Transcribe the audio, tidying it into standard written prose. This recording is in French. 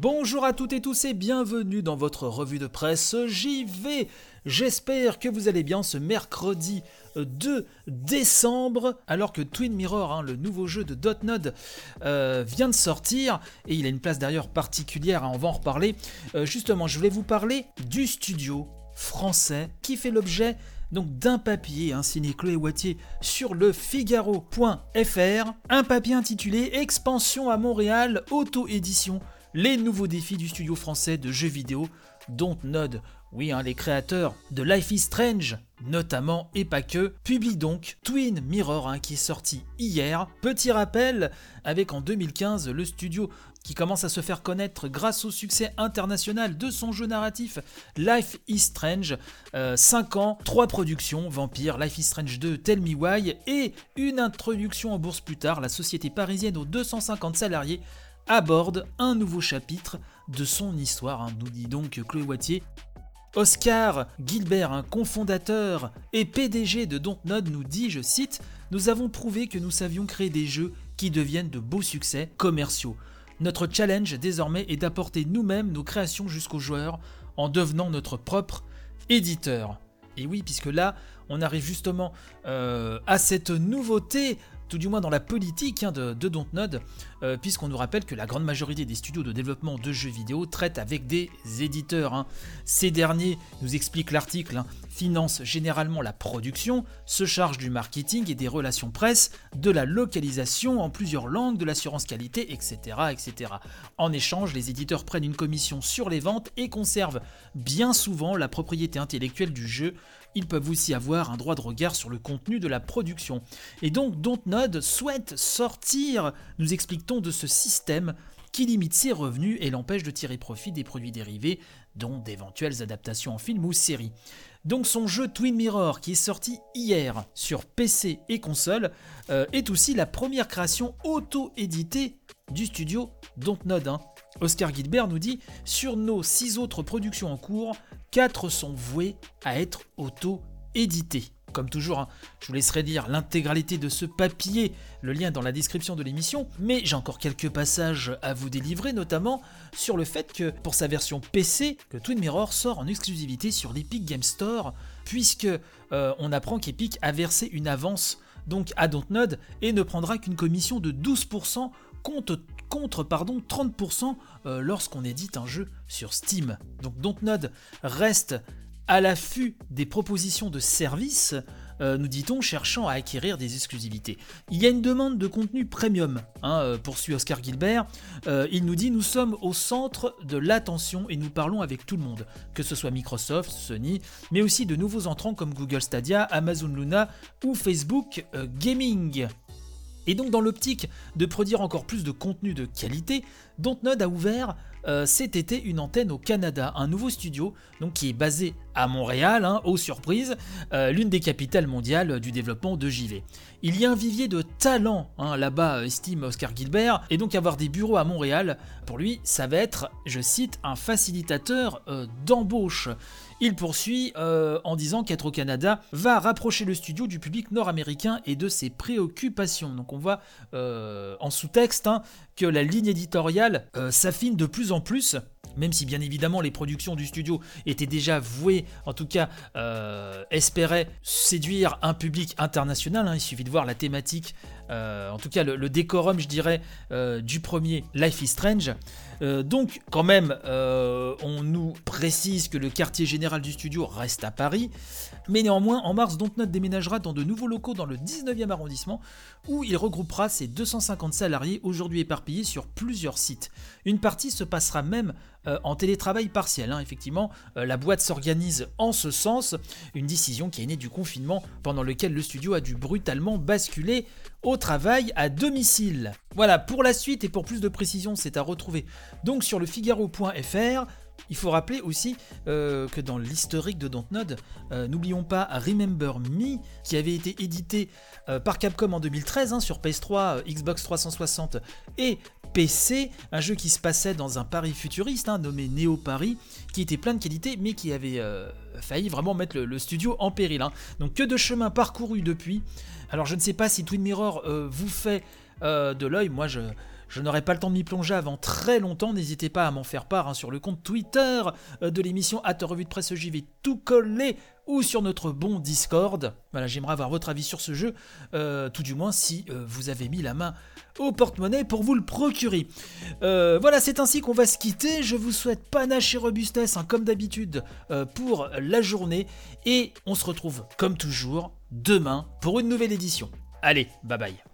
Bonjour à toutes et tous et bienvenue dans votre revue de presse JV. J'espère que vous allez bien ce mercredi 2 décembre, alors que Twin Mirror, le nouveau jeu de Dotnod, vient de sortir, et il a une place d'ailleurs particulière, on va en reparler. Justement, je voulais vous parler du studio français qui fait l'objet donc d'un papier signé Chloé Wattier sur le Figaro.fr, un papier intitulé « Expansion à Montréal, auto-édition ». Les nouveaux défis du studio français de jeux vidéo Dotnod. Oui, les créateurs de Life is Strange, notamment et pas que, publient donc Twin Mirror qui est sorti hier. Petit rappel, avec en 2015 le studio qui commence à se faire connaître grâce au succès international de son jeu narratif Life is Strange. 5 ans, 3 productions, Vampire, Life is Strange 2, Tell Me Why, et une introduction en bourse plus tard, la société parisienne aux 250 salariés aborde un nouveau chapitre de son histoire, nous dit donc Chloé Wattier. Oscar Gilbert, cofondateur et PDG de Dotnod, nous dit, je cite, « Nous avons prouvé que nous savions créer des jeux qui deviennent de beaux succès commerciaux. Notre challenge désormais est d'apporter nous-mêmes nos créations jusqu'aux joueurs en devenant notre propre éditeur. » Et oui, puisque là, on arrive justement à cette nouveauté, tout du moins dans la politique de Dotnod, puisqu'on nous rappelle que la grande majorité des studios de développement de jeux vidéo traitent avec des éditeurs. Ces derniers, nous explique l'article, financent généralement la production, se chargent du marketing et des relations presse, de la localisation en plusieurs langues, de l'assurance qualité, etc., etc. En échange, les éditeurs prennent une commission sur les ventes et conservent bien souvent la propriété intellectuelle du jeu. Ils peuvent aussi avoir un droit de regard sur le contenu de la production. Et donc Dotnod souhaite sortir, nous explique-t-on, de ce système qui limite ses revenus et l'empêche de tirer profit des produits dérivés, dont d'éventuelles adaptations en film ou série. Donc son jeu Twin Mirror, qui est sorti hier sur PC et console, est aussi la première création auto-éditée du studio Dotnod. Oscar Gilbert nous dit « Sur nos 6 autres productions en cours, 4 sont vouées à être auto-éditées. » Comme toujours, je vous laisserai lire l'intégralité de ce papier, le lien dans la description de l'émission, mais j'ai encore quelques passages à vous délivrer, notamment sur le fait que pour sa version PC, que Twin Mirror sort en exclusivité sur l'Epic Game Store, puisque on apprend qu'Epic a versé une avance donc à Dotnod et ne prendra qu'une commission de 12% contre 30% lorsqu'on édite un jeu sur Steam. Donc Dotnod reste à l'affût des propositions de services, nous dit-on, cherchant à acquérir des exclusivités. Il y a une demande de contenu premium, poursuit Oscar Gilbert. Il nous dit « Nous sommes au centre de l'attention et nous parlons avec tout le monde, que ce soit Microsoft, Sony, mais aussi de nouveaux entrants comme Google Stadia, Amazon Luna ou Facebook Gaming. » Et donc dans l'optique de produire encore plus de contenu de qualité, Dotnod a ouvert cet été une antenne au Canada, un nouveau studio donc, qui est basé à Montréal, aux surprises, l'une des capitales mondiales du développement de JV. Il y a un vivier de talent là-bas, estime Oscar Gilbert, et donc avoir des bureaux à Montréal, pour lui, ça va être, je cite, un facilitateur d'embauche. Il poursuit en disant qu'être au Canada va rapprocher le studio du public nord-américain et de ses préoccupations. Donc on voit en sous-texte que la ligne éditoriale s'affine de plus en plus, même si bien évidemment les productions du studio étaient déjà vouées, en tout cas espéraient séduire un public international. Il suffit de voir la thématique, en tout cas le décorum, je dirais, du premier Life is Strange. Donc quand même, on nous précise que le quartier général du studio reste à Paris, mais néanmoins en mars, Dotnod déménagera dans de nouveaux locaux dans le 19e arrondissement où il regroupera ses 250 salariés aujourd'hui éparpillés sur plusieurs sites. Une partie se passera même en télétravail partiel. Effectivement, la boîte s'organise en ce sens, une décision qui est née du confinement pendant lequel le studio a dû brutalement basculer au travail à domicile. Voilà, pour la suite et pour plus de précision, c'est à retrouver donc sur le Figaro.fr. Il faut rappeler aussi que dans l'historique de Dotnod, n'oublions pas Remember Me, qui avait été édité par Capcom en 2013 sur PS3, Xbox 360 et PC, un jeu qui se passait dans un Paris futuriste nommé Neo Paris, qui était plein de qualité mais qui avait failli vraiment mettre le studio en péril. Donc que de chemin parcouru depuis. Alors je ne sais pas si Twin Mirror vous fait de l'œil, moi je Je n'aurai pas le temps de m'y plonger avant très longtemps, n'hésitez pas à m'en faire part sur le compte Twitter de l'émission @revue de presse JV tout collé ou sur notre bon Discord. Voilà, j'aimerais avoir votre avis sur ce jeu, tout du moins si vous avez mis la main au porte-monnaie pour vous le procurer. Voilà, c'est ainsi qu'on va se quitter. Je vous souhaite panache et robustesse, comme d'habitude, pour la journée. Et on se retrouve, comme toujours, demain pour une nouvelle édition. Allez, bye bye.